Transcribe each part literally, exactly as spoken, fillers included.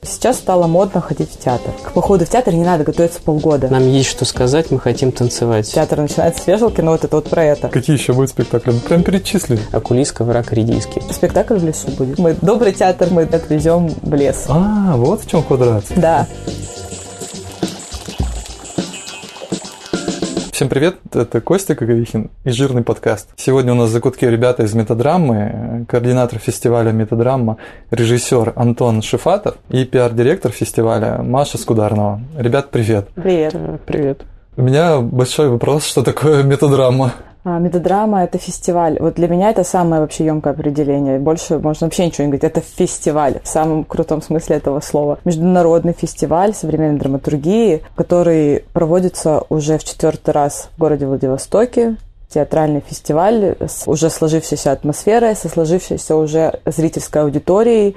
Сейчас стало модно ходить в театр. К походу в театр не надо готовиться полгода. Нам есть что сказать, мы хотим танцевать. Театр начинается с вешалки, но вот это вот про это. Какие еще будут спектакли? Прям перечислили. Окулиска, враг редиски. Спектакль в лесу будет. Мы добрый театр, мы отвезем в лес. А, вот в чем квадрат. Да. Всем привет, это Костя Коговихин и Жирный подкаст. Сегодня у нас в закутке ребята из Метадраммы, координатор фестиваля Метадрама, режиссер Антон Шифатов и пиар-директор фестиваля Маша Скударнова. Ребят, привет. Привет. Привет. У меня большой вопрос, что такое Метадрама? А, Метадрама – это фестиваль. Вот для меня это самое вообще ёмкое определение. Больше можно вообще ничего не говорить. Это фестиваль в самом крутом смысле этого слова. Международный фестиваль современной драматургии, который проводится уже в четвертый раз в городе Владивостоке. Театральный фестиваль с уже сложившейся атмосферой, со сложившейся уже зрительской аудиторией,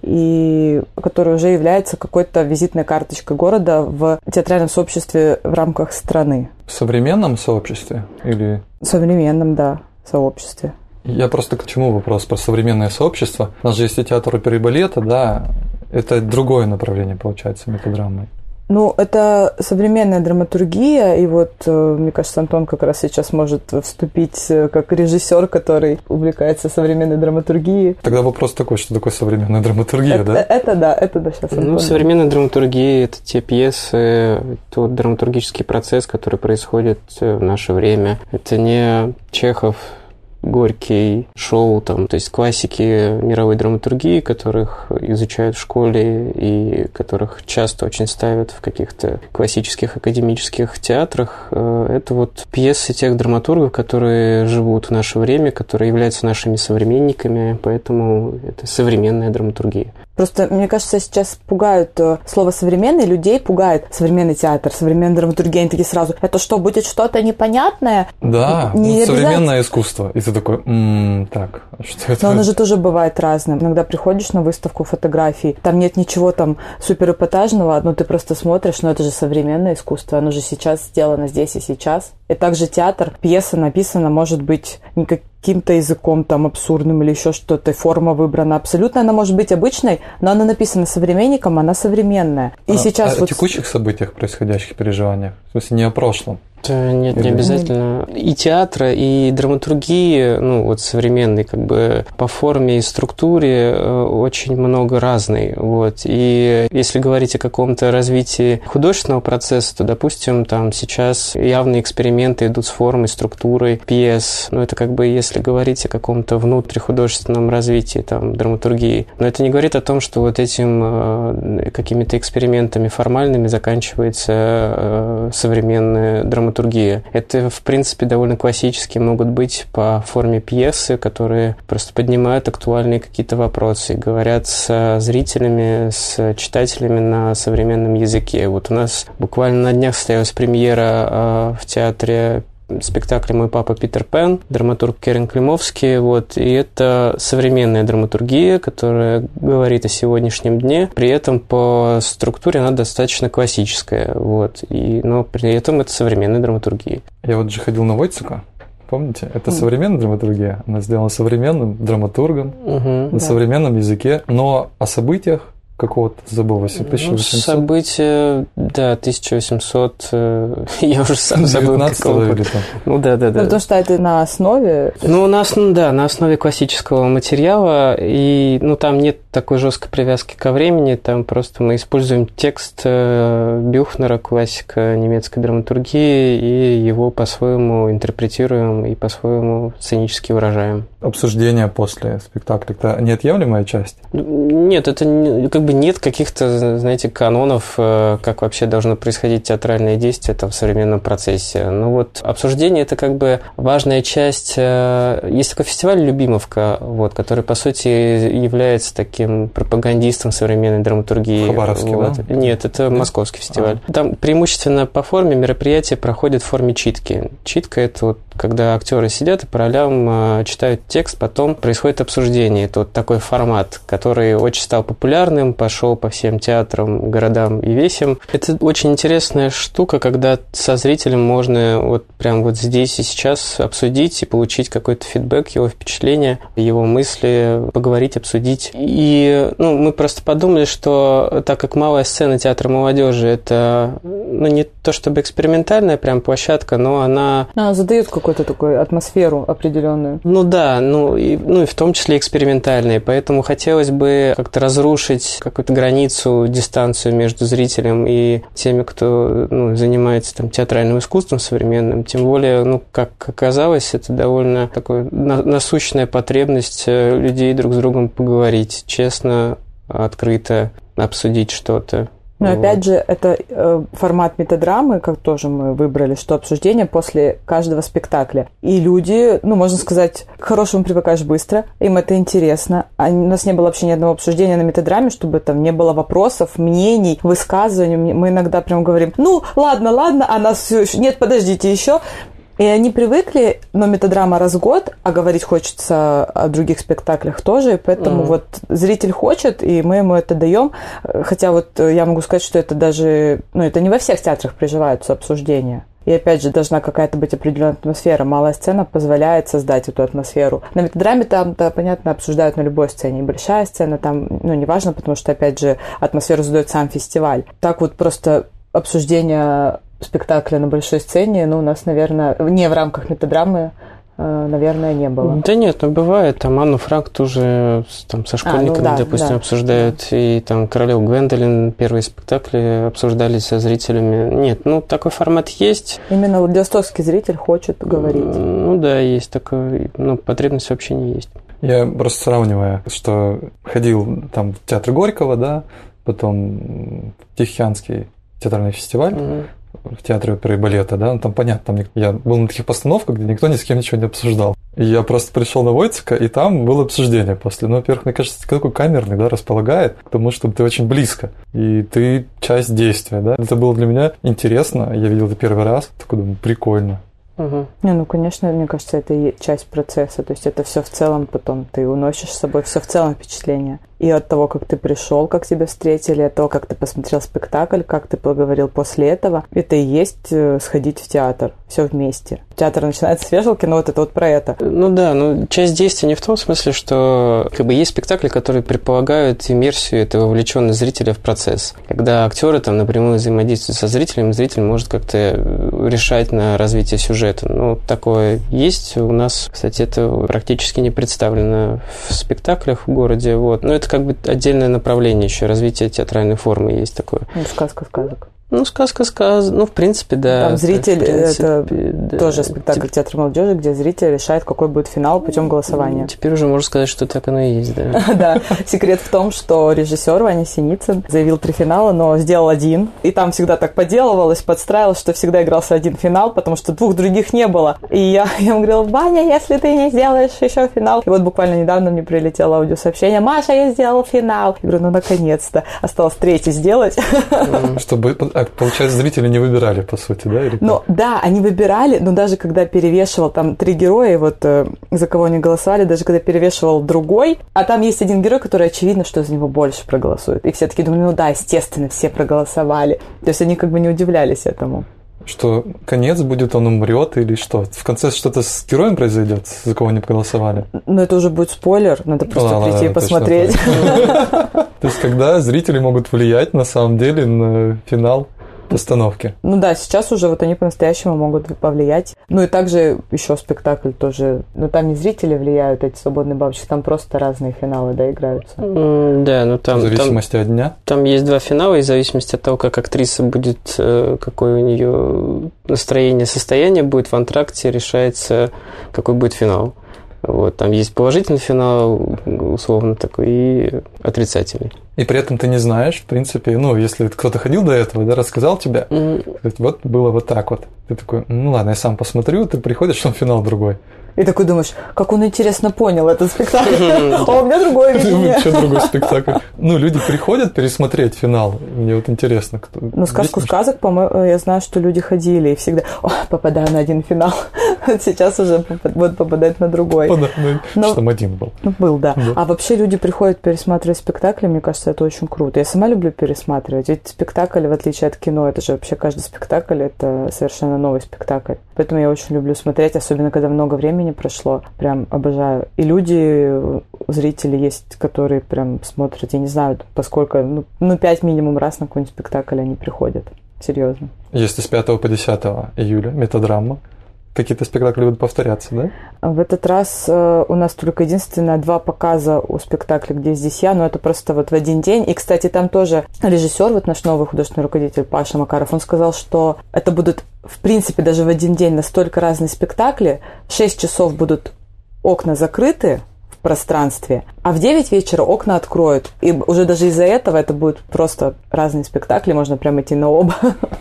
и который уже является какой-то визитной карточкой города в театральном сообществе в рамках страны. В современном сообществе или... В современном, да, сообществе. Я просто к чему вопрос про современное сообщество? У нас же есть и театр оперы и балета, да, это другое направление, получается, метадрамы. Ну, это современная драматургия, и вот, мне кажется, Антон как раз сейчас может вступить как режиссер, который увлекается современной драматургией. Тогда вопрос такой, что такое современная драматургия, это, да? Это да, это да, сейчас Антон. Ну, современная драматургия – это те пьесы, тот драматургический процесс, который происходит в наше время. Это не Чехов, Горький, Шоу, там, то есть классики мировой драматургии, которых изучают в школе и которых часто очень ставят в каких-то классических академических театрах. Это вот пьесы тех драматургов, которые живут в наше время, которые являются нашими современниками, поэтому это современная драматургия. Просто, мне кажется, сейчас пугают слово «современный», людей пугает современный театр, современная драматургия. Они такие сразу, это что, будет что-то непонятное? Да, не ну, современное искусство. И ты такой, м-м, так, что это? Но оно же тоже бывает разным. Иногда приходишь на выставку фотографий, там нет ничего там суперэпатажного, но ты просто смотришь, но это же современное искусство, оно же сейчас сделано здесь и сейчас. И также театр, пьеса написана, может быть, не каким-то языком там абсурдным или еще что-то, форма выбрана абсолютно, она может быть обычной, но она написана современником, она современная. И а, сейчас а вот... о текущих событиях, происходящих переживаниях, в смысле, не о прошлом. Нет, не обязательно. И театра, и драматургии, ну, вот современной, как бы, по форме и структуре очень много разной, вот. И если говорить о каком-то развитии художественного процесса, то, допустим, там сейчас явные эксперименты идут с формой, структурой пьес, ну, это как бы, если говорить о каком-то внутрихудожественном развитии, там, драматургии, но это не говорит о том, что вот этим какими-то экспериментами формальными заканчивается современная драматургия. Это, в принципе, довольно классические могут быть по форме пьесы, которые просто поднимают актуальные какие-то вопросы, говорят с зрителями, с читателями на современном языке. Вот у нас буквально на днях состоялась премьера в театре спектакля «Мой папа Питер Пен», драматург Керен Климовский, вот, и это современная драматургия, которая говорит о сегодняшнем дне, при этом по структуре она достаточно классическая, вот, и, но при этом это современная драматургия. Я вот же ходил на Войцека, помните? Это mm. современная драматургия, она сделана современным драматургом, mm-hmm, на да. современном языке, но о событиях какого-то забыл, тысяча восемьсот? Ну, события, да, тысяча восемьсот, э, я уже сам забыл. девятнадцатого или там? Ну, да, да, да. Ну, потому что это на основе... Ну, на основе, да, на основе классического материала, и, ну, там нет такой жесткой привязки ко времени, там просто мы используем текст э, Бюхнера, классика немецкой драматургии, и его по-своему интерпретируем и по-своему сценически выражаем. Обсуждение после спектакля – это неотъемлемая часть? Нет, это не, как бы нет каких-то, знаете, канонов, как вообще должно происходить театральное действие там, в современном процессе. Ну вот обсуждение – это как бы важная часть. Есть такой фестиваль «Любимовка», вот, который, по сути, является таким пропагандистом современной драматургии. Хабаровский, вот. да? Нет, это московский фестиваль. А. Там преимущественно по форме мероприятия проходит в форме читки. Читка – это вот когда актеры сидят и по ролям э, читают текст, потом происходит обсуждение. Это вот такой формат, который очень стал популярным, пошел по всем театрам, городам и весям. Это очень интересная штука, когда со зрителем можно вот прям вот здесь и сейчас обсудить и получить какой-то фидбэк, его впечатления, его мысли, поговорить, обсудить. И ну, мы просто подумали, что так как малая сцена театра молодежи это ну, не то чтобы экспериментальная прям площадка, но она... Она задает какую-то такую атмосферу определенную. Ну да, ну и, ну и в том числе экспериментальные, поэтому хотелось бы как-то разрушить какую-то границу, дистанцию между зрителем и теми, кто ну, занимается там, театральным искусством современным. Тем более, ну, как оказалось, это довольно такая насущная потребность людей друг с другом поговорить, честно, открыто обсудить что-то. Но вот. Опять же, это э, формат метадрамы, как тоже мы выбрали, что обсуждение после каждого спектакля. И люди, ну, можно сказать, к хорошему привыкаешь быстро, им это интересно. А у нас не было вообще ни одного обсуждения на метадраме, чтобы там не было вопросов, мнений, высказываний. Мы иногда прям говорим, ну, ладно, ладно, а нас все еще... Нет, подождите еще. И они привыкли, но метадрама раз в год, а говорить хочется о других спектаклях тоже, и поэтому mm. вот зритель хочет, и мы ему это даем. Хотя вот я могу сказать, что это даже, ну, это не во всех театрах приживаются обсуждения. И опять же, должна какая-то быть определенная атмосфера. Малая сцена позволяет создать эту атмосферу. На метадраме там-то, понятно, обсуждают на любой сцене. И большая сцена там, ну, неважно, потому что, опять же, атмосферу задает сам фестиваль. Так вот просто обсуждение спектакля на большой сцене, ну, у нас, наверное, не в рамках метадрамы, наверное, не было. Да нет, ну бывает, там Анну Франк тоже там, со школьниками, а, ну, да, допустим, да. обсуждают, и там Королеву Гвендолин, первые спектакли обсуждались со зрителями. Нет, ну такой формат есть. Именно владивостокский зритель хочет говорить. Ну да, есть такой, ну потребность в общении есть. Я просто сравниваю, что ходил там в театр Горького, да, потом в Тихоокеанский театральный фестиваль, mm-hmm. в театре оперы и балета, да, ну, там понятно, там я был на таких постановках, где никто ни с кем ничего не обсуждал. И я просто пришел на Войтека, и там было обсуждение после. Ну, во-первых, мне кажется, такой камерный, да, располагает к тому, что ты очень близко, и ты часть действия, да. Это было для меня интересно, я видел это первый раз, такой думаю, прикольно. Угу. Не, ну, конечно, мне кажется, это и часть процесса, то есть это все в целом потом, ты уносишь с собой все в целом впечатление. И от того, как ты пришел, как тебя встретили, от того, как ты посмотрел спектакль, как ты поговорил после этого, это и есть сходить в театр, все вместе. Театр начинается с вешалки, но вот это вот про это. Ну да, ну часть действия не в том смысле, что как бы есть спектакли, которые предполагают иммерсию, это вовлеченность зрителя в процесс. Когда актеры там напрямую взаимодействуют со зрителем, зритель может как-то решать на развитие сюжета. Ну, такое есть. У нас, кстати, это практически не представлено в спектаклях в городе. Вот. Но это как бы отдельное направление еще, развитие театральной формы есть такое. Ну, сказка сказок. Ну, сказка сказка, ну, в принципе, да. Там зритель, в принципе, это да. тоже спектакль театра молодежи, где зритель решает, какой будет финал путем голосования. Теперь уже можно сказать, что так оно и есть, да. Да, секрет в том, что режиссер Ваня Синицын заявил три финала, но сделал один. И там всегда так поделывалось, подстраивалось, что всегда игрался один финал, потому что двух других не было. И я, я ему говорила, Ваня, если ты не сделаешь еще финал. И вот буквально недавно мне прилетело аудиосообщение, Маша, я сделал финал. Я говорю, ну, наконец-то. Осталось третий сделать. Чтобы, получается, зрители не выбирали, по сути, да? Или ну, да, они выбирали, но даже когда перевешивал там три героя, вот э, за кого они голосовали, даже когда перевешивал другой, а там есть один герой, который очевидно, что за него больше проголосует. И все таки думали, ну да, естественно, все проголосовали. То есть они как бы не удивлялись этому. Что конец будет, он умрет или что? В конце что-то с героем произойдет, за кого они проголосовали? Ну, это уже будет спойлер, надо просто ладно, прийти и посмотреть. То есть, когда зрители могут влиять, на самом деле, на финал постановки. Ну да, сейчас уже вот они по-настоящему могут повлиять. Ну и также еще спектакль тоже, ну там не зрители влияют, эти свободные бабочки, там просто разные финалы, да, играются. Mm, да, ну там... В зависимости там, от дня? Там есть два финала, и в зависимости от того, как актриса будет, какое у нее настроение, состояние будет в антракте, решается, какой будет финал. Вот, там есть положительный финал, условно такой, и отрицательный. И при этом ты не знаешь, в принципе, ну, если кто-то ходил до этого, да, рассказал тебе, mm. вот было вот так вот. Ты такой, ну ладно, я сам посмотрю, ты приходишь, там финал другой. И такой думаешь, как он интересно понял этот спектакль, а у меня другое видение. Что другой спектакль? Ну, люди приходят пересмотреть финал, мне вот интересно, кто... Ну, сказку сказок, по-моему, я знаю, что люди ходили и всегда, о, попадаю на один финал. Сейчас уже будет попадать на другой. Ну, что там один был. Ну, был, да. А вообще люди приходят пересматривать спектакли, мне кажется, это очень круто. Я сама люблю пересматривать. Ведь спектакль, в отличие от кино, это же вообще каждый спектакль, это совершенно новый спектакль. Поэтому я очень люблю смотреть, особенно когда много времени прошло. Прям обожаю. И люди, зрители есть, которые прям смотрят, я не знаю, поскольку, ну, ну пять минимум раз на какой-нибудь спектакль они приходят. Серьезно. Если с пятого по десятое июля метадрама, какие-то спектакли будут повторяться, да? В этот раз э, у нас только единственное два показа у спектакля «Где здесь я?», но это просто вот в один день. И, кстати, там тоже режиссер, вот наш новый художественный руководитель Паша Макаров, он сказал, что это будут, в принципе, даже в один день настолько разные спектакли. Шесть часов будут окна закрыты в пространстве, а в девять вечера окна откроют. И уже даже из-за этого это будут просто разные спектакли, можно прям идти на оба.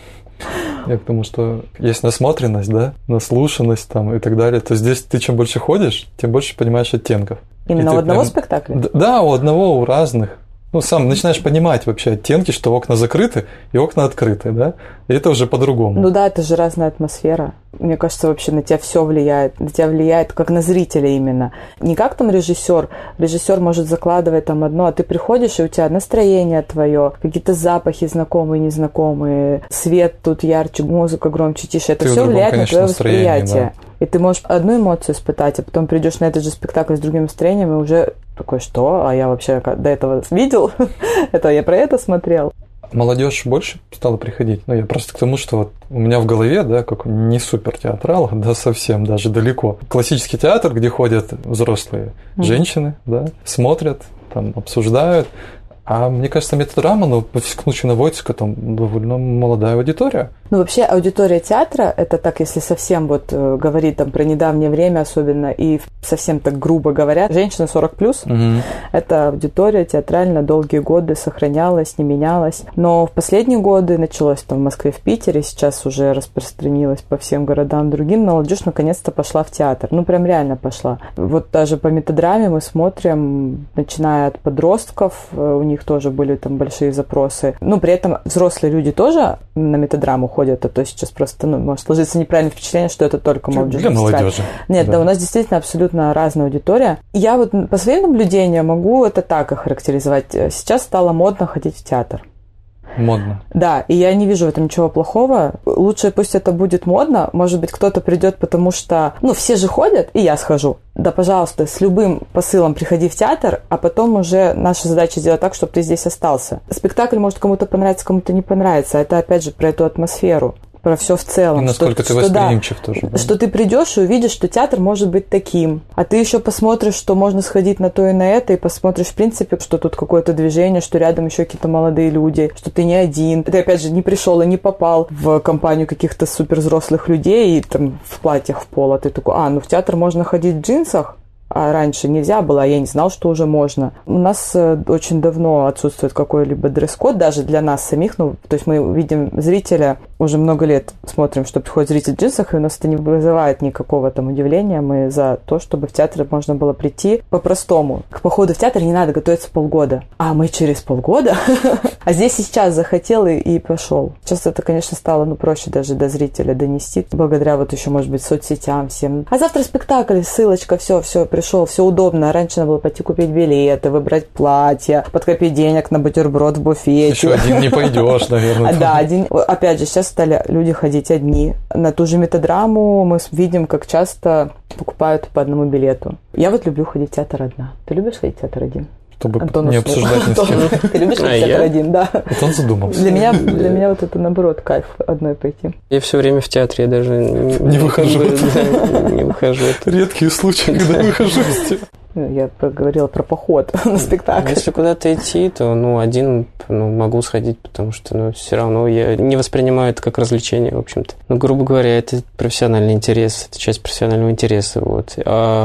Я к тому, что есть насмотренность, да, наслушанность там и так далее, то здесь ты чем больше ходишь, тем больше понимаешь оттенков. Именно у одного прям... спектакля? Да, у одного, у разных. Ну, сам начинаешь понимать вообще оттенки, что окна закрыты и окна открыты, да? И это уже по-другому. Ну да, это же разная атмосфера. Мне кажется, вообще на тебя все влияет. На тебя влияет как на зрителя именно. Не как там режиссер. Режиссер может закладывать там одно, а ты приходишь, и у тебя настроение твое, какие-то запахи знакомые, незнакомые, свет тут ярче, музыка громче, тише. Это все влияет на твое восприятие. Да. И ты можешь одну эмоцию испытать, а потом придешь на этот же спектакль с другим настроением, и уже такой, что? А я вообще до этого видел? Это я про это смотрел. Молодежь больше стала приходить. Ну, я просто к тому, что вот у меня в голове, да, как не супер театрал, да, совсем даже далеко. Классический театр, где ходят взрослые mm-hmm. женщины, да, смотрят, там, обсуждают. А мне кажется, метадрама, ну, по всякому Войцека, там довольно молодая аудитория. Ну, вообще, аудитория театра, это так, если совсем вот э, говорить там про недавнее время особенно, и совсем так грубо говоря, женщина сорок плюс, угу. Это аудитория театрально долгие годы сохранялась, не менялась. Но в последние годы началось там в Москве, в Питере, сейчас уже распространилось по всем городам другим, молодежь наконец-то пошла в театр. Ну, прям реально пошла. Вот даже по метадраме мы смотрим, начиная от подростков, у них них тоже были там большие запросы. Ну, при этом взрослые люди тоже на метадраму ходят, а то сейчас просто, ну, может сложиться неправильное впечатление, что это только молодежь. Для молодежи. Нет, да. да, у нас действительно абсолютно разная аудитория. Я вот по своим наблюдениям могу это так охарактеризовать. Сейчас стало модно ходить в театр. Модно. Да, и я не вижу в этом ничего плохого. Лучше пусть это будет модно. Может быть, кто-то придет, потому что, ну, все же ходят, и я схожу. Да, пожалуйста, с любым посылом приходи в театр, а потом уже наша задача сделать так, чтобы ты здесь остался. Спектакль может кому-то понравиться, кому-то не понравится. Это, опять же, про эту атмосферу. Про все в целом. И насколько что, ты восприимчив что, тоже. Да, да? что ты придешь и увидишь, что театр может быть таким. А ты еще посмотришь, что можно сходить на то и на это, и посмотришь, в принципе, что тут какое-то движение, что рядом еще какие-то молодые люди, что ты не один. Ты, опять же, не пришел и не попал в компанию каких-то супервзрослых людей и там в платьях в пол. А ты такой, а, ну в театр можно ходить в джинсах? А раньше нельзя было, а я не знал, что уже можно. У нас очень давно отсутствует какой-либо дресс-код, даже для нас самих. Ну, то есть мы видим зрителя, уже много лет смотрим, что приходит зритель в джинсах, и у нас это не вызывает никакого там удивления. Мы за то, чтобы в театр можно было прийти по-простому. К походу в театр не надо готовиться полгода. А мы через полгода? А здесь и сейчас захотел и пошел. Сейчас это, конечно, стало ну проще даже до зрителя донести, благодаря вот еще, может быть, соцсетям всем. А завтра спектакль, ссылочка, все, все, пришел, все удобно. Раньше надо было пойти купить билеты, выбрать платье, подкопить денег на бутерброд в буфете. Еще один не пойдешь, наверное. Да, один. Опять же, сейчас стали люди ходить одни. На ту же метадраму мы видим, как часто покупают по одному билету. Я вот люблю ходить в театр одна. Ты любишь ходить в театр один? Чтобы Антон не обсуждать ни с кем. Ты любишь ходить в театр один, да? Вот он задумался. Для меня, для меня вот это, наоборот, кайф одной пойти. Я все время в театре, я даже не, не выхожу. Да, не выхожу. Редкие случаи, когда выхожу из театра. Я поговорила про поход на спектакль. Если куда-то идти, то ну, один ну, могу сходить, потому что ну, все равно я не воспринимаю это как развлечение, в общем-то. Ну, грубо говоря, это профессиональный интерес, это часть профессионального интереса. Вот.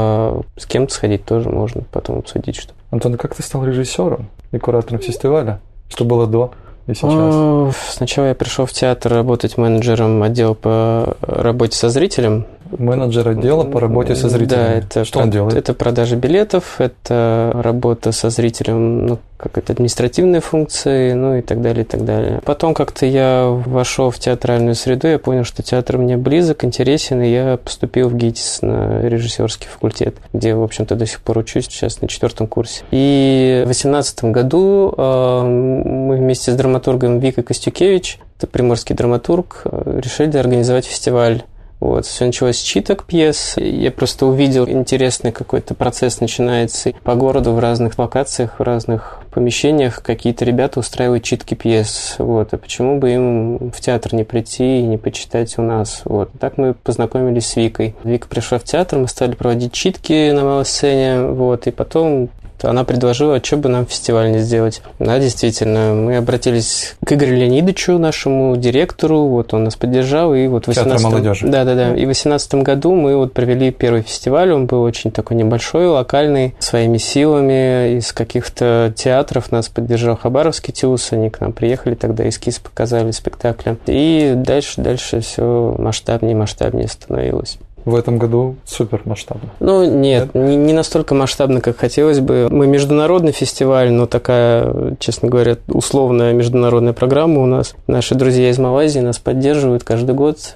А с кем-то сходить тоже можно, потом обсудить, что. Антон, как ты стал режиссером и куратором фестиваля? Что было до и сейчас? Сначала я пришел в театр работать менеджером отдела по работе со зрителем. Менеджер отдела по работе со зрителями. Да, это что он делает? Это продажа билетов, это работа со зрителем, ну, как это, административные функции, ну и так далее, и так далее. Потом как-то я вошел в театральную среду, я понял, что театр мне близок, интересен, и я поступил в ГИТИС на режиссерский факультет, где, в общем-то, до сих пор учусь, сейчас на четвертом курсе. И в две тысячи восемнадцатом году э, мы вместе с драматургом Викой Костюкевич, это приморский драматург, решили организовать фестиваль. Вот. Все началось с читок пьес. Я просто увидел интересный какой-то процесс начинается по городу в разных локациях, в разных помещениях. Какие-то ребята устраивают читки пьес. Вот. А почему бы им в театр не прийти и не почитать у нас? Вот. Так мы познакомились с Викой. Вика пришла в театр, мы стали проводить читки на малой сцене. Вот. И потом она предложила, а что бы нам фестиваль не сделать. Да, действительно, мы обратились к Игорю Леонидовичу, нашему директору, вот он нас поддержал, и вот в восемнадцатом... Театр молодежи. Да, да, да. И в восемнадцатом году мы вот провели первый фестиваль, он был очень такой небольшой, локальный, своими силами, из каких-то театров нас поддержал Хабаровский ТИУС, они к нам приехали, тогда эскиз показали спектакля. И дальше, дальше все масштабнее и масштабнее становилось. В этом году супер масштабно. Ну, нет, не, не настолько масштабно, как хотелось бы. Мы международный фестиваль, но такая, честно говоря, условная международная программа у нас. Наши друзья из Малайзии нас поддерживают каждый год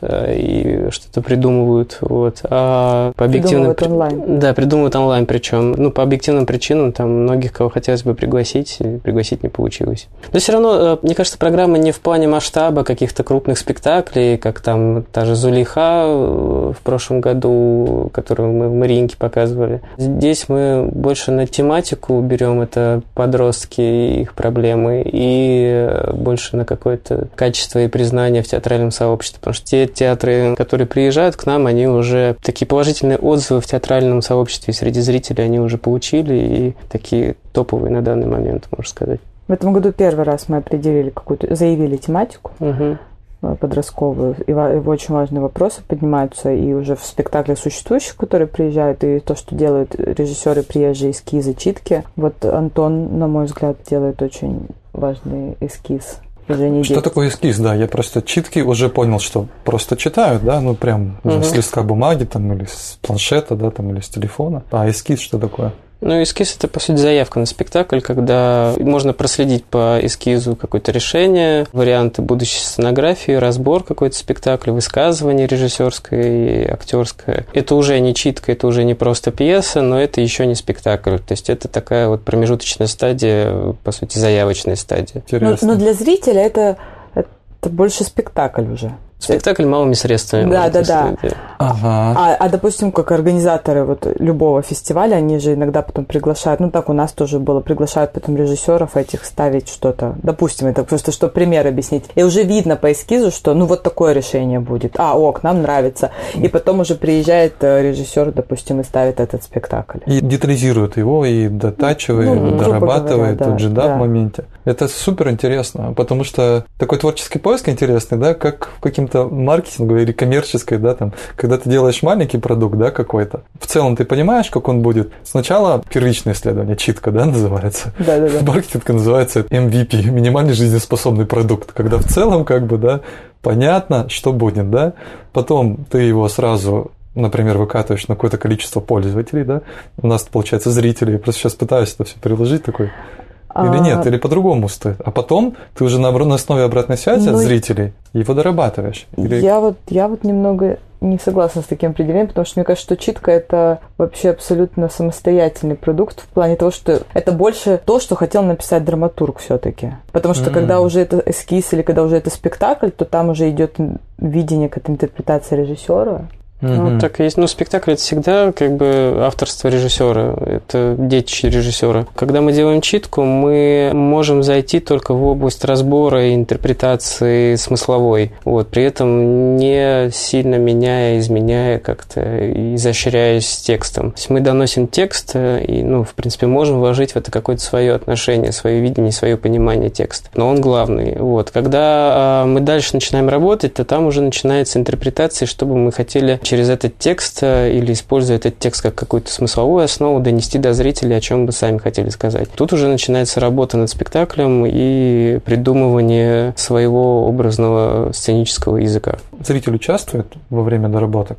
и что-то придумывают. Вот. А по объективным... Придумывают онлайн. Да, придумывают онлайн причем. Ну, по объективным причинам, там многих, кого хотелось бы пригласить, пригласить не получилось. Но все равно, мне кажется, программа не в плане масштаба каких-то крупных спектаклей, как там та же «Зулейха» в прошлом году, которую мы в Мариинке показывали. Здесь мы больше на тематику берем, это подростки и их проблемы, и больше на какое-то качество и признание в театральном сообществе. Потому что те театры, которые приезжают к нам, они уже такие положительные отзывы в театральном сообществе среди зрителей они уже получили, и такие топовые на данный момент, можно сказать. В этом году первый раз мы определили какую-то, заявили тематику. Угу. Подростковую, и очень важные вопросы поднимаются и уже в спектаклях существующих, которые приезжают, и то, что делают режиссеры приезжие, эскизы, читки. Вот Антон, на мой взгляд, делает очень важный эскиз. Уже не что такое эскиз, да, я просто читки уже понял, что просто читают, да, ну прям угу. с листка бумаги там или с планшета, да, там или с телефона. А эскиз что такое? Ну, эскиз – это, по сути, заявка на спектакль, когда можно проследить по эскизу какое-то решение, варианты будущей сценографии, разбор какой-то спектакля, высказывание режиссерское и актерское. Это уже не читка, это уже не просто пьеса, но это еще не спектакль. То есть это такая вот промежуточная стадия, по сути, заявочная стадия. Но, но для зрителя это, это больше спектакль уже. Спектакль малыми средствами. Да, да, да. Ага. А, а, допустим, как организаторы вот любого фестиваля, они же иногда потом приглашают, ну, так у нас тоже было, приглашают потом режиссеров этих ставить что-то. Допустим, это просто, что пример объяснить. И уже видно по эскизу, что, ну, вот такое решение будет. А, ок, нам нравится. И потом уже приезжает режиссер, допустим, и ставит этот спектакль. И детализирует его, и дотачивает, ну, дорабатывает говоря, да, же, да, да, в моменте. Это супер интересно, потому что такой творческий поиск интересный, да, как в каким-то маркетинговой или коммерческой, да, там, когда ты делаешь маленький продукт, да, какой-то, в целом ты понимаешь, как он будет. Сначала первичное исследование, читка, да, называется. Да, да, да. Маркетинг называется эм ви пи, минимальный жизнеспособный продукт, когда в целом, как бы, да, понятно, что будет, да. Потом ты его сразу, например, выкатываешь на какое-то количество пользователей, да. У нас, получается, зрители, я просто сейчас пытаюсь это все переложить такой. Или нет, или по-другому стоит. А потом ты уже на основе обратной связи ну, от зрителей его дорабатываешь. Или... Я, вот, я вот немного не согласна с таким определением, потому что мне кажется, что читка – это вообще абсолютно самостоятельный продукт в плане того, что это больше то, что хотел написать драматург все-таки. Потому что mm-hmm. когда уже это эскиз или когда уже это спектакль, то там уже идет видение, какая-то интерпретация режиссера. Ну, mm-hmm. так и есть. Ну, спектакль – это всегда как бы авторство режиссера, это детище режиссера. Когда мы делаем читку, мы можем зайти только в область разбора и интерпретации смысловой, вот, при этом не сильно меняя, изменяя как-то, изощряясь с текстом. То есть мы доносим текст и, ну, в принципе, можем вложить в это какое-то свое отношение, свое видение, свое понимание текста. Но он главный. Вот. Когда мы дальше начинаем работать, то там уже начинается интерпретация, что бы мы хотели через этот текст или используя этот текст как какую-то смысловую основу донести до зрителей, о чем бы сами хотели сказать. Тут уже начинается работа над спектаклем и придумывание своего образного сценического языка. Зритель участвует во время доработок?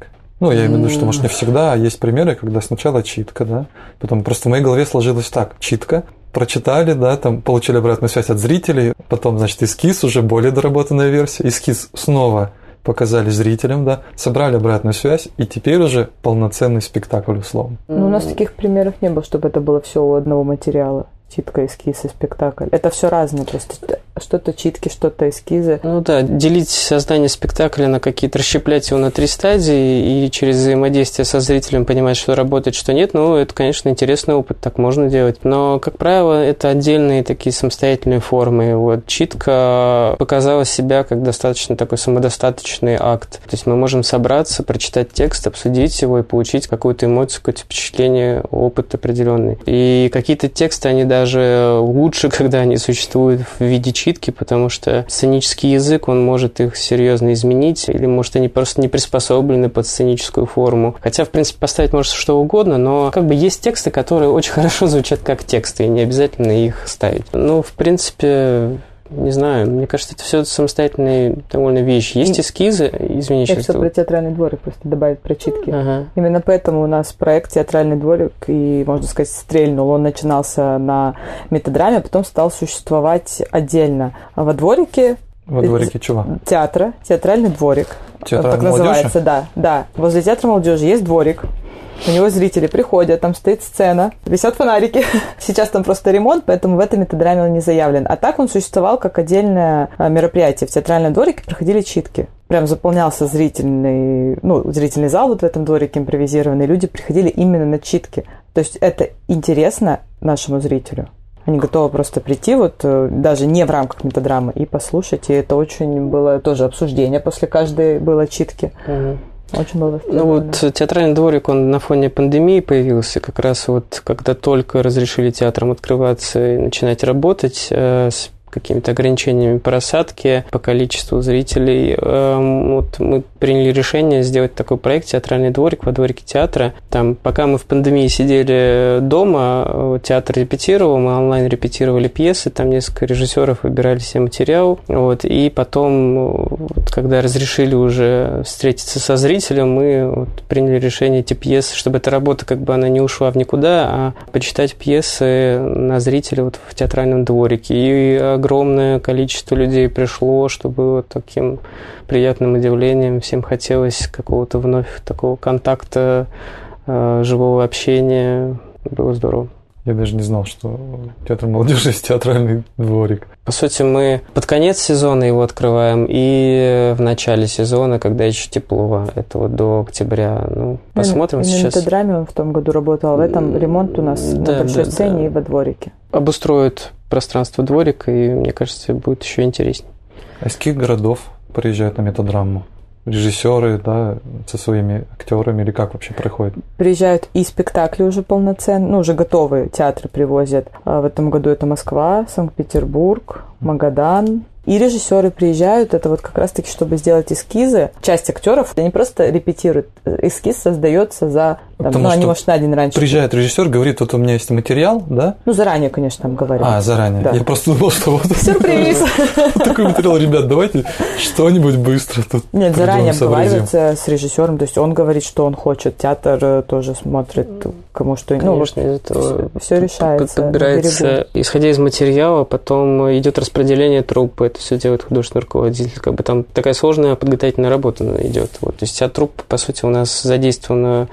Ну, я имею в виду, что, может, не всегда, а есть примеры, когда сначала читка, да, потом просто в моей голове сложилось так, читка, прочитали, да, там получили обратную связь от зрителей, потом, значит, эскиз, уже более доработанная версия, эскиз снова показали зрителям, да, собрали обратную связь, и теперь уже полноценный спектакль, условно. Ну, у нас таких примеров не было, чтобы это было все у одного материала. Читка, эскиз и спектакль. Это все разное, то есть что-то читки, что-то эскизы. Ну да, делить создание спектакля на какие-то, расщеплять его на три стадии и через взаимодействие со зрителем понимать, что работает, что нет, ну это, конечно, интересный опыт, так можно делать. Но, как правило, это отдельные такие самостоятельные формы. Вот читка показала себя как достаточно такой самодостаточный акт. То есть мы можем собраться, прочитать текст, обсудить его и получить какую-то эмоцию, какое-то впечатление, опыт определенный. И какие-то тексты, они даже даже лучше, когда они существуют в виде читки, потому что сценический язык, он может их серьезно изменить, или, может, они просто не приспособлены под сценическую форму. Хотя, в принципе, поставить может что угодно, но как бы есть тексты, которые очень хорошо звучат как тексты, и не обязательно их ставить. Ну, в принципе... Не знаю, мне кажется, это все самостоятельные довольно вещи. Есть эскизы, извини, я хотела про театральный дворик просто добавить про читки. Ага. Именно поэтому у нас проект «Театральный дворик» и, можно сказать, стрельнул. Он начинался на метадраме, а потом стал существовать отдельно. А во дворике... Во дворике чего? Театра, театральный дворик. Театр так молодежи? Называется, да, да. Возле театра молодежи есть дворик. У него зрители приходят, там стоит сцена, висят фонарики. Сейчас там просто ремонт, поэтому в этой метадраме он не заявлен. А так он существовал как отдельное мероприятие. В театральном дворике проходили читки. Прям заполнялся зрительный, ну, зрительный зал вот в этом дворике импровизированный. Люди приходили именно на читки. То есть это интересно нашему зрителю. Они готовы просто прийти, вот даже не в рамках метадрамы, и послушать. И это очень было тоже обсуждение после каждой было читки. Угу. Очень было Ну вот театральный дворик, он на фоне пандемии появился, как раз вот когда только разрешили театрам открываться и начинать работать э, с какими-то ограничениями по рассадке, по количеству зрителей. Вот мы приняли решение сделать такой проект «Театральный дворик» во дворике театра. Там, пока мы в пандемии сидели дома, театр репетировал, мы онлайн репетировали пьесы, там несколько режиссеров выбирали себе материал. Вот, и потом, вот, когда разрешили уже встретиться со зрителем, мы вот приняли решение эти пьесы, чтобы эта работа как бы она не ушла в никуда, а почитать пьесы на зрителя вот в театральном дворике. И огромное количество людей пришло, чтобы вот таким приятным удивлением всем хотелось какого-то вновь такого контакта, э, живого общения. Было здорово. Я даже не знал, что театр молодежи есть театральный дворик. По сути, мы под конец сезона его открываем и в начале сезона, когда еще тепло. Это вот до октября. Ну, посмотрим на, сейчас. На метадраме он в том году работал. В этом ремонт у нас да, на большой да, сцене да. и во дворике. Обустроят пространство дворика, и, мне кажется, будет еще интереснее. А из каких городов приезжают на метадраму? Режиссеры, да, со своими актерами, или как вообще происходит? Приезжают и спектакли уже полноценные, ну, уже готовые театры привозят. А в этом году это Москва, Санкт-Петербург, Магадан. И режиссеры приезжают, это вот как раз-таки, чтобы сделать эскизы. Часть актеров, они просто репетируют. Эскиз создается за... Там, ну, они, может, на день раньше. Приезжает режиссер, говорит, вот у меня есть материал, да? Ну, заранее, конечно, там говорят. А, заранее. Да. Я просто думал, что вот... Сюрприз! Вот такой материал, ребят, давайте что-нибудь быстро тут. Нет, заранее обговаривается с режиссером, то есть он говорит, что он хочет, театр тоже смотрит, кому что... Конечно, из этого все решается. Подбирается, исходя из материала, потом идет распределение труппы, это все делает художественный руководитель. Как бы там такая сложная подготовительная работа идет. Вот. То есть вся труппа, по сути, у нас задействована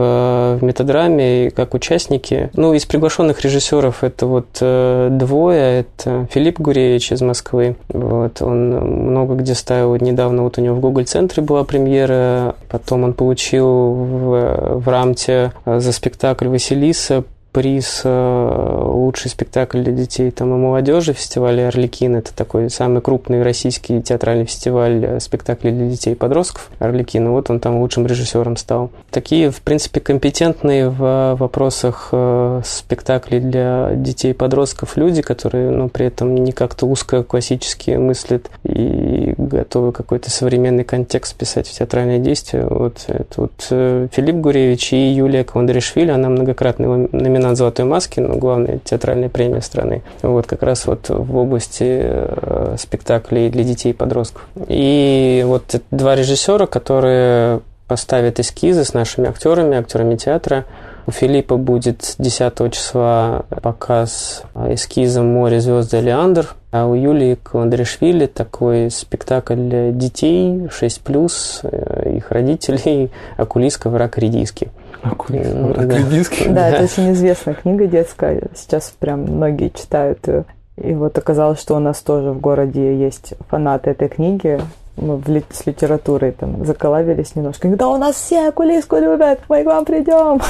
в, в метадраме как участники. Ну, из приглашенных режиссеров это вот э, двое. Это Филипп Гуревич из Москвы. Вот. Он много где ставил. Недавно вот у него в Гоголь-центре была премьера. Потом он получил в, в рамте за спектакль «Василиса» приз «Лучший спектакль для детей там, и молодежи» фестиваля «Арлекин». Это такой самый крупный российский театральный фестиваль спектаклей для детей и подростков «Арлекин». Вот он там лучшим режиссером стал. Такие, в принципе, компетентные в вопросах спектаклей для детей и подростков люди, которые, ну, при этом не как-то узко классически мыслят и готовы какой-то современный контекст писать в театральное действие. Вот это вот Филипп Гуревич и Юлия Квандришвили, она многократный номинант «Золотой маски», ну, главная театральная премия страны. Вот как раз вот в области э, спектаклей для детей и подростков. И вот два режиссера, которые поставит эскизы с нашими актерами, актерами театра. У Филиппа будет десятого числа показ эскиза «Море, звезды, Леандр», а у Юлии Каландришвили такой спектакль детей шесть плюс, их родителей «Окулиска, враг редиски». Окулиска, враг редиски? Да, это очень известная книга детская. Сейчас прям многие читают ее. И вот оказалось, что у нас тоже в городе есть фанаты этой книги. Мы в ли- с литературой там заколабились немножко. Да у нас все Окулиску любят, мы к вам придем.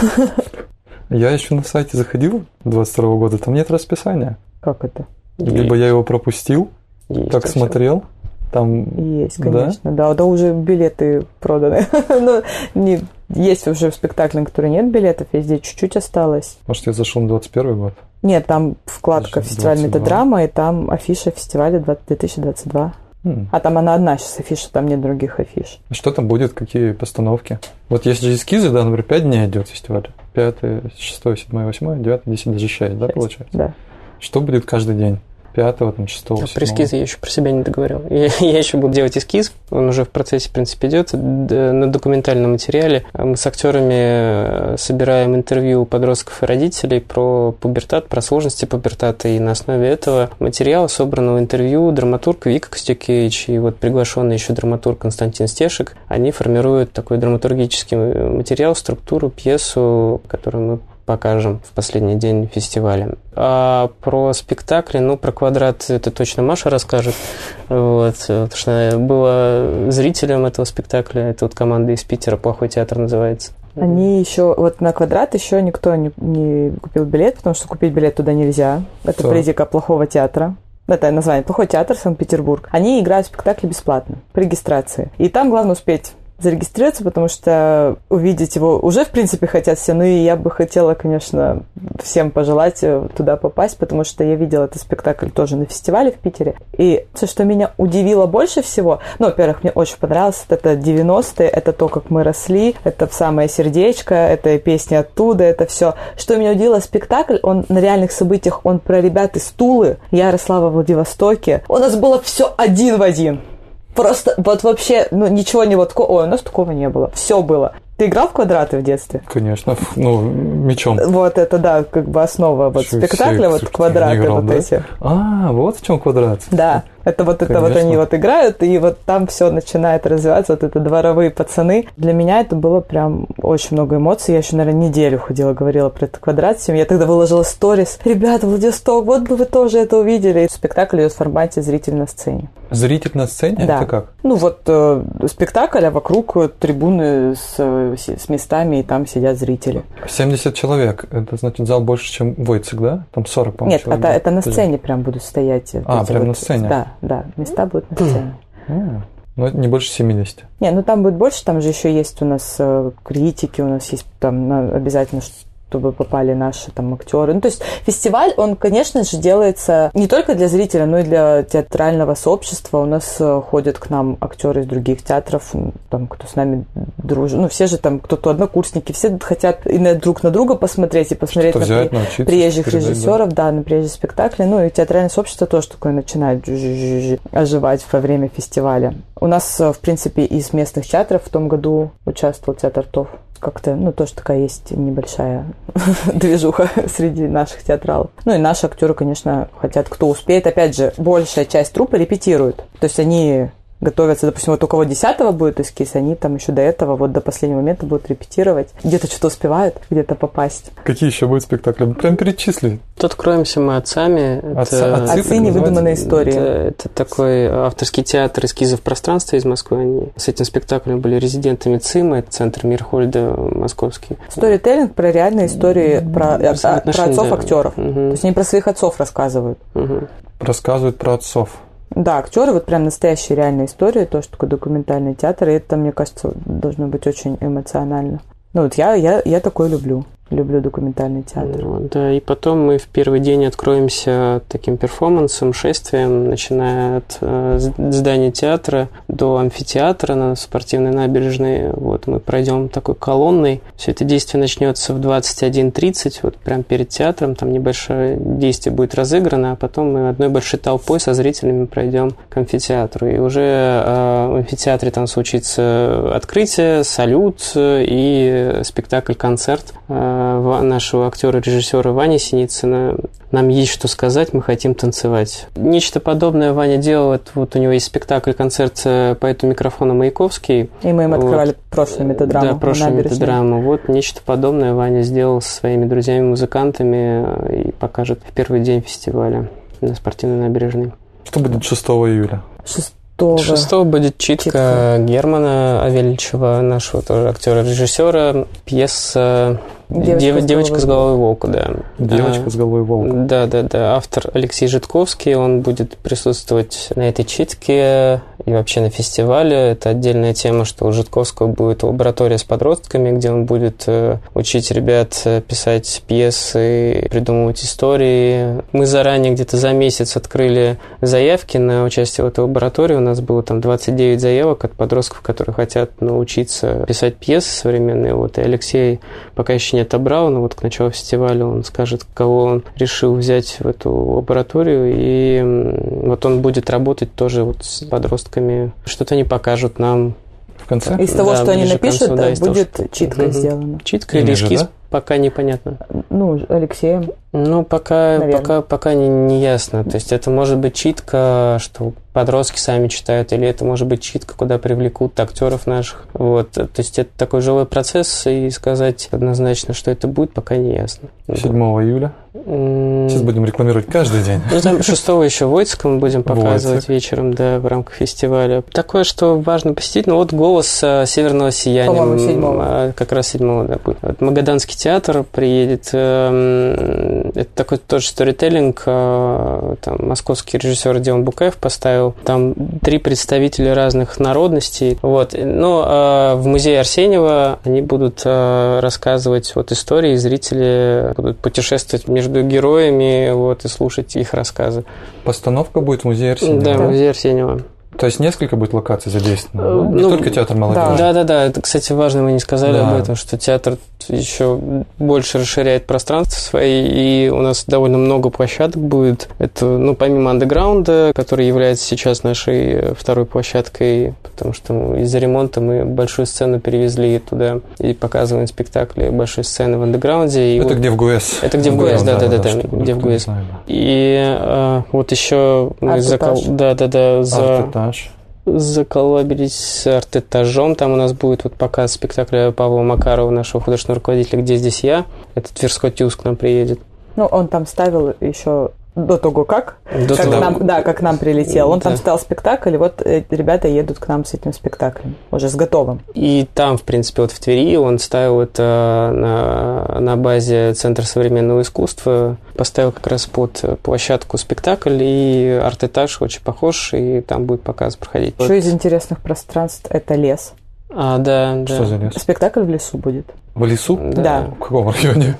Я еще на сайте заходил двадцать второго года, там нет расписания. Как это? Либо я его пропустил, Есть так вообще. смотрел. Там... Есть, конечно, да, да, да уже билеты проданы. Но не, есть уже спектакли, на которые нет билетов, везде чуть-чуть осталось. Может, я зашел на двадцать первый год? Нет, там вкладка Даже фестиваль двадцать два. Метадрама, и там афиша фестиваля две тысячи двадцать два. М. А там она одна сейчас афиша, там нет других афиш. Что там будет, какие постановки? Вот есть же эскизы, да, например, пять дней идет фестиваль. Пятое, шестое, седьмое, восьмое, девятое, десятое, даже шесть, да, получается? Да. Что будет каждый день? Пятого, там, шестого, А про седьмого? эскизы я еще про себя не договорил. Я, я еще буду делать эскиз, он уже в процессе, в принципе, идет. Д- На документальном материале мы с актерами собираем интервью подростков и родителей про пубертат, про сложности пубертата, и на основе этого материала, собранного интервью, драматург Вика Костюкевич и вот приглашенный еще драматург Константин Стешек, они формируют такой драматургический материал, структуру, пьесу, которую мы покажем в последний день фестиваля. А про спектакли, ну, про «Квадрат» это точно Маша расскажет. Вот, потому что была зрителем этого спектакля. Это вот команда из Питера, «Плохой театр» называется. Они еще, вот на «Квадрат» еще никто не, не купил билет, потому что купить билет туда нельзя. Это Так. политика плохого театра. Это название «Плохой театр Санкт-Петербург». Они играют спектакли бесплатно, по регистрации. И там главное успеть зарегистрироваться, потому что увидеть его уже, в принципе, хотят все. Ну и я бы хотела, конечно, всем пожелать туда попасть, потому что я видела этот спектакль тоже на фестивале в Питере. И все, что меня удивило больше всего, ну, во-первых, мне очень понравилось, это девяностые, это то, как мы росли, это самое сердечко, это песни оттуда, это все. Что меня удивило, спектакль, он на реальных событиях, он про ребят из Тулы. Я росла во Владивостоке. У нас было все один в один. Просто вот вообще, ну, ничего не вот такого. Ой, у нас такого не было. Все было. Ты играл в «Квадраты» в детстве? Конечно, ну, мечом. Вот это, да, как бы основа вот Чё, спектакля, все, вот квадраты играл, вот да? эти. А, вот в чем «Квадрат». Да, это вот это вот они вот играют, и вот там все начинает развиваться, вот это дворовые пацаны. Для меня это было прям очень много эмоций. Я еще, наверное, неделю ходила, говорила про этот «Квадрат» всем. Я тогда выложила сторис. Ребята, Владивосток, вот бы вы тоже это увидели. И спектакль идет в формате «Зритель на сцене». Зритель на сцене? Да. Это как? Ну вот э, спектакль, а вокруг трибуны с, с местами, и там сидят зрители. семьдесят человек. Это значит зал больше, чем Войцек, да? Там сорок, по-моему, Нет, человек. это, это на Подожди. сцене прям будут стоять. А, эти прям вот, на сцене? Да, да, места будут на сцене. А, ну, это не больше семидесяти. Не, ну там будет больше, там же еще есть у нас э, критики, у нас есть там на, обязательно, чтобы попали наши там актеры. Ну, то есть фестиваль, он, конечно же, делается не только для зрителя, но и для театрального сообщества. У нас э, ходят к нам актеры из других театров, там, кто с нами дружит. Ну, все же там, кто-то однокурсники, все хотят и на, друг на друга посмотреть, и посмотреть на взять, при, научиться, приезжих передать, режиссеров, да. да, на приезжие спектакли. Ну, и театральное сообщество тоже такое начинает оживать во время фестиваля. У нас, в принципе, из местных театров в том году участвовал театр ТОВ. Как-то, ну, тоже такая есть небольшая движуха среди наших театралов. Ну, и наши актеры, конечно, хотят, кто успеет. Опять же, большая часть труппы репетирует. То есть они готовятся, допустим, вот у кого десятого будет эскиз, они там еще до этого, вот до последнего момента будут репетировать. Где-то что-то успевают, где-то попасть. Какие еще будут спектакли? Прям перечисли. Тут «Кроемся мы отцами». Отцы, это, отцы, Отцы невыдуманной истории. Это, это такой авторский театр эскизов пространства из Москвы. Они с этим спектаклем были резидентами ЦИМа, это центр Мирхольда московский. Сторителлинг про реальные истории, про, про отцов да. актеров. Угу. То есть они про своих отцов рассказывают. Угу. Рассказывают про отцов. Да, актеры, вот прям настоящие реальные истории, тоже такой документальный театр, и это, мне кажется, должно быть очень эмоционально. Ну вот я, я, я такое люблю. Люблю документальный театр. Ну, да, и потом мы в первый день откроемся таким перформансом, шествием, начиная от э, здания театра до амфитеатра на спортивной набережной. Вот Вот мы пройдем такой колонной. Все это действие начнется в двадцать один тридцать, вот прямо перед театром. Там небольшое действие будет разыграно, а потом мы одной большой толпой со зрителями пройдем к амфитеатру. И уже э, в амфитеатре там случится открытие, салют и спектакль-концерт э, нашего актера-режиссера Вани Синицына. Нам есть что сказать, мы хотим танцевать. Нечто подобное Ваня делал. Это, вот у него есть спектакль-концерт по эту микрофона Маяковский. И мы им открывали вот. прошлую методраму. Да, прошлую методраму. Вот нечто подобное Ваня сделал со своими друзьями-музыкантами и покажет в первый день фестиваля на Спортивной набережной. Что будет шестого июля? шестого шестого будет читка, читка Германа Авельичева, нашего тоже актера-режиссера. Пьеса «Девочка, Дев, девочка с головой волка», да. «Девочка а, с головой волка». Да, да, да. Автор Алексей Житковский, он будет присутствовать на этой читке и вообще на фестивале. Это отдельная тема, что у Житковского будет лаборатория с подростками, где он будет учить ребят писать пьесы, придумывать истории. Мы заранее где-то за месяц открыли заявки на участие в этой лаборатории. У нас было там двадцать девять заявок от подростков, которые хотят научиться писать пьесы современные. Вот, и Алексей пока еще не отобрал, но вот к началу фестиваля он скажет, кого он решил взять в эту лабораторию, и вот он будет работать тоже вот с подростками. Что-то они покажут нам. В конце? Из того, да, что они напишут, концу, да, будет того, читка угу. сделана. Читка или эскиз, да? Пока непонятно. Ну, Алексеем. Ну, пока, пока, пока не, не ясно. То есть это может быть читка, что подростки сами читают, или это может быть читка, куда привлекут актеров наших. Вот. То есть это такой живой процесс, и сказать однозначно, что это будет, пока не ясно. седьмого июля. Сейчас будем рекламировать каждый день. Ну, там шестого еще в Войцком будем показывать вечером, да, в рамках фестиваля. Такое, что важно посетить, ну, вот «Голос северного сияния». По-моему, седьмого. Как раз седьмого, да, будет. Вот Магаданский театр приедет. Это такой тоже сторителлинг. Там московский режиссер Дион Букаев поставил. Там три представителя разных народностей. Вот. Но в музее Арсеньева они будут рассказывать вот истории, зрители будут путешествовать между героями, вот, и слушать их рассказы. Постановка будет в музее Арсеньева? Да, в музее Арсеньева. То есть несколько будет локаций задействовано? Ну, не только театр молодежи? Да, да, да. Это, кстати, важно, мы не сказали да. об этом, что театр еще больше расширяет пространство свои, и у нас довольно много площадок будет. Это, ну, помимо андеграунда, который является сейчас нашей второй площадкой, потому что из-за ремонта мы большую сцену перевезли туда и показываем спектакли большой сцены в андеграунде. И это вот, где в ГУЭС? Это где в ГУЭС, да, да, да, да, да где в ГУЭС. И а, вот еще мы закол... Да, да, да, за... Артэтаж. Заколлабились с Артэтажом. Там у нас будет вот показ спектакля Павла Макарова, нашего художественного руководителя «Где здесь я?». Это Тверской Тюз к нам приедет. Ну, он там ставил еще до того, как, до как, того. Нам, да, как нам прилетел. Он да. там ставил спектакль, и вот ребята едут к нам с этим спектаклем, уже с готовым. И там, в принципе, вот в Твери он ставил это на, на базе Центра современного искусства, поставил как раз под площадку спектакль, и арт-этаж очень похож, и там будет показ проходить. Еще вот. Из интересных пространств это лес. А, да, да. Что за лес? Спектакль в лесу будет. В лесу? Да. В каком районе?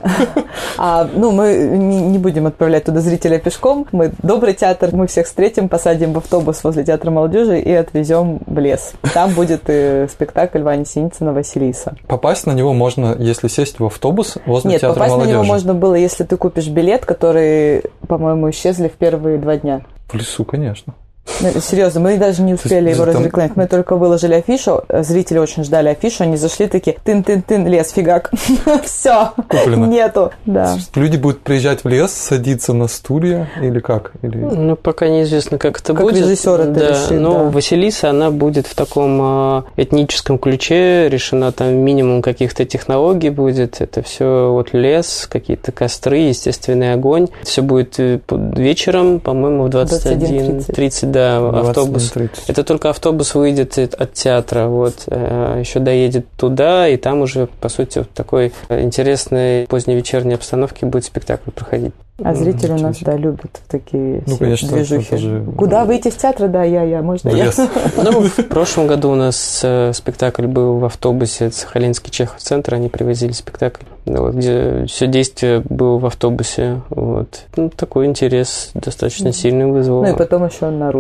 А, ну, мы не, не будем отправлять туда зрителя пешком. Мы добрый театр, мы всех встретим, посадим в автобус возле театра молодежи и отвезем в лес. Там будет и спектакль Вани Синицына «Василиса». Попасть на него можно, если сесть в автобус возле Нет, театра попасть молодежи. на него можно было, если ты купишь билет, который, по-моему, исчезли в первые два дня. В лесу, конечно. Ну, серьезно, мы даже не успели его там... разрекламировать. Мы только выложили афишу, зрители очень ждали афишу, они зашли такие, тын-тын-тын, лес, фигак. Все, нету. Да. Люди будут приезжать в лес, садиться на стулья или как? Или... Ну, пока неизвестно, как это как будет. Как режиссер это да, решит, но да. Василиса, она будет в таком этническом ключе, решена там минимум каких-то технологий будет. Это все вот лес, какие-то костры, естественный огонь. Все будет вечером, по-моему, в двадцать один тридцать. Да, автобус. Это только автобус выйдет от театра, вот, еще доедет туда, и там уже, по сути, в такой интересной поздневечерней обстановке будет спектакль проходить. А зрители у нас, да, любят такие ну, конечно, движухи. Же... Куда выйти из театра? Да, я, я, можно я? Ну, в прошлом году у нас спектакль был в автобусе от Сахалинский Чехов-центр, они привозили спектакль, вот, где все действие было в автобусе. Вот. Ну, такой интерес достаточно сильный вызвал. Ну и потом еще на русский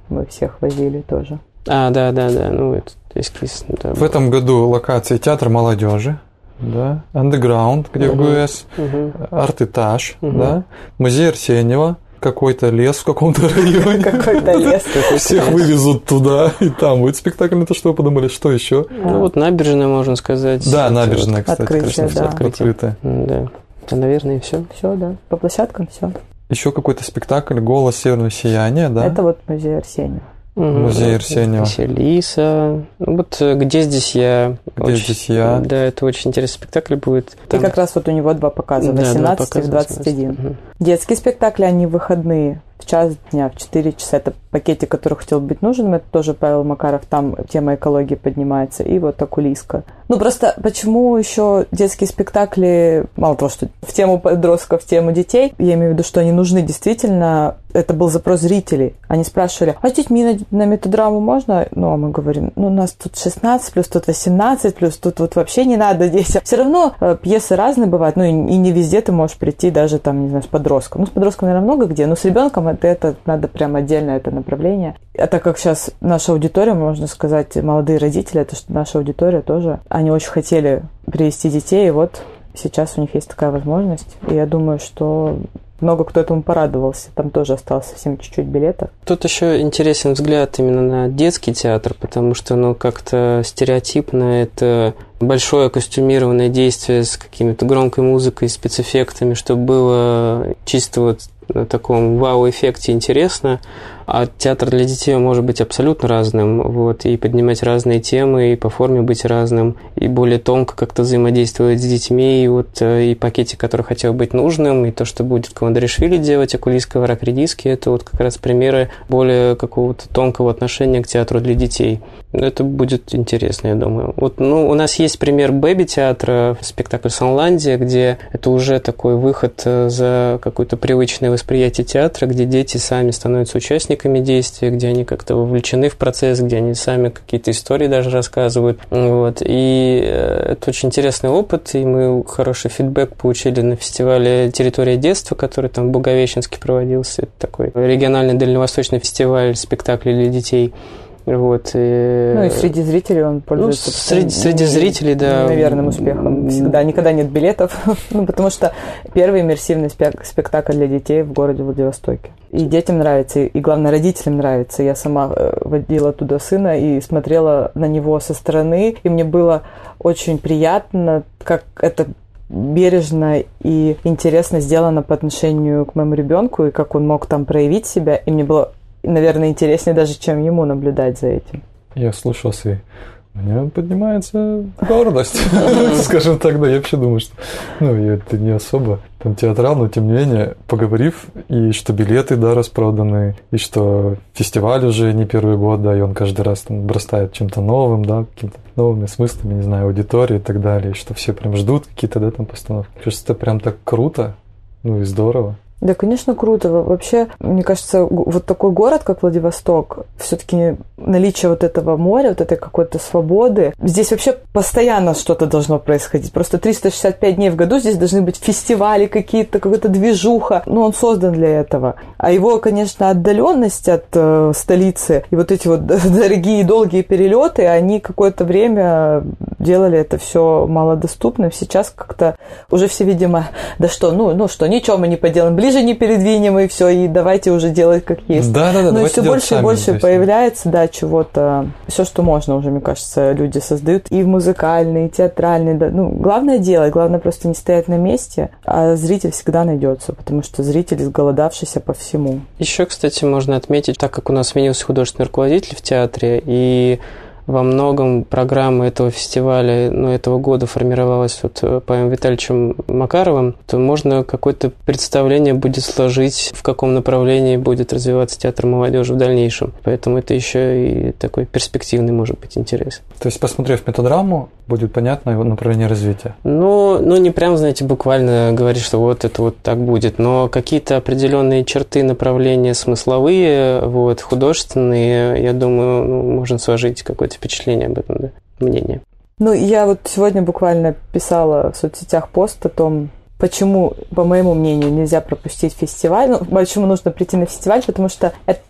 мы всех возили тоже. А, да, да, да, ну это эскиз. Да. В этом году локации театр молодежи, да, Underground, где uh-huh. в ГУС, uh-huh. Арт-этаж, uh-huh. да, музей Арсеньева, какой-то лес в каком-то районе. Какой-то лес. Всех вывезут туда, и там будет спектакль. Это что вы подумали, что еще? Ну вот набережная, можно сказать. Да, набережная, кстати. Открытие, да. Открытая. Да. Это, наверное, и все. Все, да. По площадкам все. Еще какой-то спектакль «Голос северного сияния», да? Это вот музей Арсеньева. Угу. Музей Арсеньева. Василиса. Ну, вот «Где здесь я?» «Где очень, здесь я?» Да, это очень интересный спектакль будет. Там... И как раз вот у него два показа, восемнадцать да, и в двадцать один. Угу. Детские спектакли, они выходные. В час дня, в четыре часа. Это пакетик, который хотел быть нужен. Это тоже Павел Макаров. Там тема экологии поднимается. И вот окулиска. Ну, просто почему еще детские спектакли, мало того, что в тему подростков, в тему детей, я имею в виду, что они нужны действительно. Это был запрос зрителей. Они спрашивали, а с детьми на, на метадраму можно? Ну, а мы говорим, ну, у нас тут шестнадцать, плюс тут восемнадцать, плюс тут вот вообще не надо детям. Все равно э, пьесы разные бывают. Ну, и, и не везде ты можешь прийти даже там, не знаю, с подростком. Ну, с подростком, наверное, много где, но с ребенком это, это надо прям отдельно это направление. А так как сейчас наша аудитория, можно сказать, молодые родители, это что наша аудитория тоже, они очень хотели привести детей, и вот сейчас у них есть такая возможность. И я думаю, что много кто этому порадовался. Там тоже осталось совсем чуть-чуть билетов. Тут еще интересен взгляд именно на детский театр, потому что, ну, как-то стереотипно это большое костюмированное действие с какими-то громкой музыкой, спецэффектами, чтобы было чисто вот на таком вау-эффекте интересно, а театр для детей может быть абсолютно разным, вот, и поднимать разные темы, и по форме быть разным, и более тонко как-то взаимодействовать с детьми, и вот и пакетик, который хотел быть нужным, и то, что будет Кавандаришвили делать, окулистка в Рак-Редиске, это вот как раз примеры более какого-то тонкого отношения к театру для детей. Это будет интересно, я думаю. Вот, ну, у нас есть пример бэби-театра, спектакль «Санландия», где это уже такой выход за какое-то привычное восприятие театра, где дети сами становятся участниками действия, где они как-то вовлечены в процесс, где они сами какие-то истории даже рассказывают. Вот. И это очень интересный опыт, и мы хороший фидбэк получили на фестивале «Территория детства», который там в Благовещенске проводился. Это такой региональный дальневосточный фестиваль спектаклей для детей. Вот, и... Ну и среди зрителей он пользуется. Ну, среди, среди зрителей, да. Неверным успехом. Всегда, никогда нет билетов. Ну, потому что первый иммерсивный спектакль для детей в городе Владивостоке. И детям нравится, и, главное, родителям нравится. Я сама водила туда сына и смотрела на него со стороны, и мне было очень приятно, как это бережно и интересно сделано по отношению к моему ребенку, и как он мог там проявить себя, и мне было, наверное, интереснее даже, чем ему наблюдать за этим. Я слушался, и у меня поднимается гордость, скажем так, да, я вообще думаю, что, ну, это не особо там театрал, но тем не менее, поговорив, и что билеты, да, распроданы, и что фестиваль уже не первый год, да, и он каждый раз там обрастает чем-то новым, да, какими-то новыми смыслами, не знаю, аудитории и так далее, и что все прям ждут какие-то, да, там постановки. Кажется, это прям так круто, ну и здорово. Да, конечно, круто. Вообще, мне кажется, вот такой город, как Владивосток, все-таки наличие вот этого моря, вот этой какой-то свободы, здесь вообще постоянно что-то должно происходить. Просто триста шестьдесят пять дней в году здесь должны быть фестивали какие-то, какая-то движуха. Ну, он создан для этого. А его, конечно, отдаленность от э, столицы и вот эти вот дорогие долгие перелеты, они какое-то время делали это все малодоступным. Сейчас как-то уже все, видимо, да что, ну, ну что, ничего мы не поделаем, ближе не передвинем, и все, и давайте уже делать как есть. Да, да, да. Ну и все больше и больше появляется, да, чего-то. Все, что можно уже, мне кажется, люди создают. И музыкальные, и театральные. Да. Ну, главное делать, главное просто не стоять на месте, а зритель всегда найдется, потому что зритель изголодавшийся по всему. Еще, кстати, можно отметить, так как у нас сменился художественный руководитель в театре, и во многом программа этого фестиваля, ну, этого года формировалась вот Павелом Витальевичем Макаровым, то можно какое-то представление будет сложить, в каком направлении будет развиваться театр молодежи в дальнейшем. Поэтому это еще и такой перспективный, может быть, интерес. То есть, посмотрев метадраму, будет понятно его направление развития? Ну, ну, не прям, знаете, буквально говорить, что вот это вот так будет, но какие-то определенные черты направления смысловые, вот, художественные, я думаю, ну, можно сложить какое-то впечатление об этом, да, мнение. Ну, я вот сегодня буквально писала в соцсетях пост о том, почему, по моему мнению, нельзя пропустить фестиваль, ну, почему нужно прийти на фестиваль, потому что это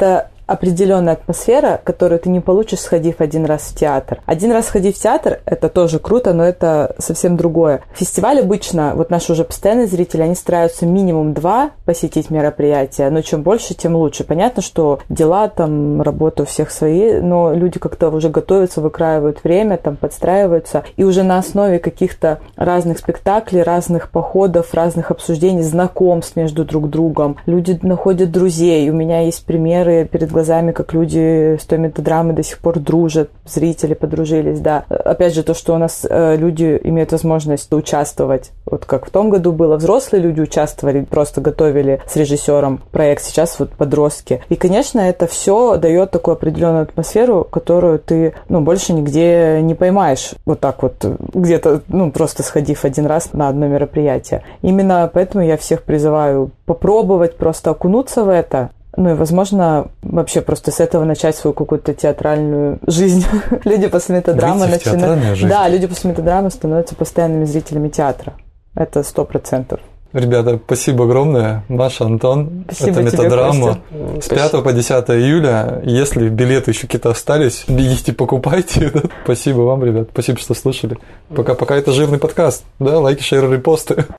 определенная атмосфера, которую ты не получишь, сходив один раз в театр. Один раз сходив в театр, это тоже круто, но это совсем другое. Фестиваль обычно, вот наши уже постоянные зрители, они стараются минимум два посетить мероприятия, но чем больше, тем лучше. Понятно, что дела, там, работа у всех свои, но люди как-то уже готовятся, выкраивают время, там, подстраиваются, и уже на основе каких-то разных спектаклей, разных походов, разных обсуждений, знакомств между друг другом. Люди находят друзей. У меня есть примеры перед глазами, как люди с той методрамой до сих пор дружат, зрители подружились, да. Опять же, то, что у нас э, люди имеют возможность участвовать, вот как в том году было, взрослые люди участвовали, просто готовили с режиссером проект, сейчас вот подростки. И, конечно, это все дает такую определенную атмосферу, которую ты, ну, больше нигде не поймаешь. Вот так вот где-то, ну, просто сходив один раз на одно мероприятие. Именно поэтому я всех призываю попробовать просто окунуться в это. Ну и, возможно, вообще просто с этого начать свою какую-то театральную жизнь. Люди после методрамы начинают... Да, люди после методрамы становятся постоянными зрителями театра. Это сто процентов. Ребята, спасибо огромное. Маша, Антон. Спасибо это тебе, методрама. Костя. С пятого по десятое июля. Если билеты еще какие-то остались, бегите, покупайте. Спасибо вам, ребят. Спасибо, что слушали. Пока-пока. Это жирный подкаст. Да, лайки, шеры, репосты.